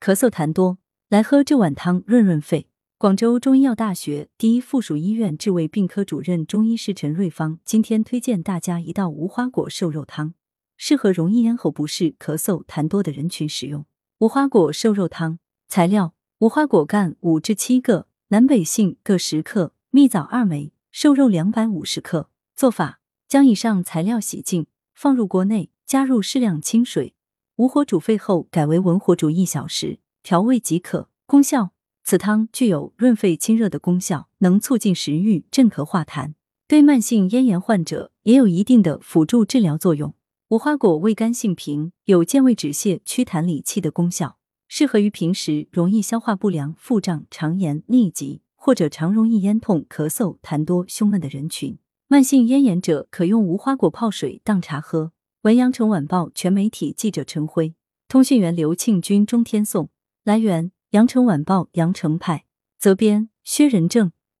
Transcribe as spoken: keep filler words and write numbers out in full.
咳嗽痰多，来喝这碗汤润润肺。广州中医药大学第一附属医院治胃病科主任中医师陈瑞芳今天推荐大家一道无花果瘦肉汤，适合容易咽喉不适、咳嗽痰多的人群食用。无花果瘦肉汤材料：无花果干五至七个，南北杏各十克，蜜枣二枚，瘦肉两百五十克。做法：将以上材料洗净，放入锅内，加入适量清水，无火煮沸后改为文火煮一小时，调味即可。功效：此汤具有润肺清热的功效，能促进食欲、镇咳化痰，对慢性咽炎患者也有一定的辅助治疗作用。无花果味甘性平，有健胃止泻、祛痰理气的功效，适合于平时容易消化不良、腹胀、肠炎、痢疾或者常容易咽痛、咳嗽、痰多、胸闷的人群。慢性咽炎者可用无花果泡水当茶喝。文阳城晚报全媒体记者陈辉，通讯员刘庆军、钟天颂。来源：羊城晚报羊城派，责编：薛仁正。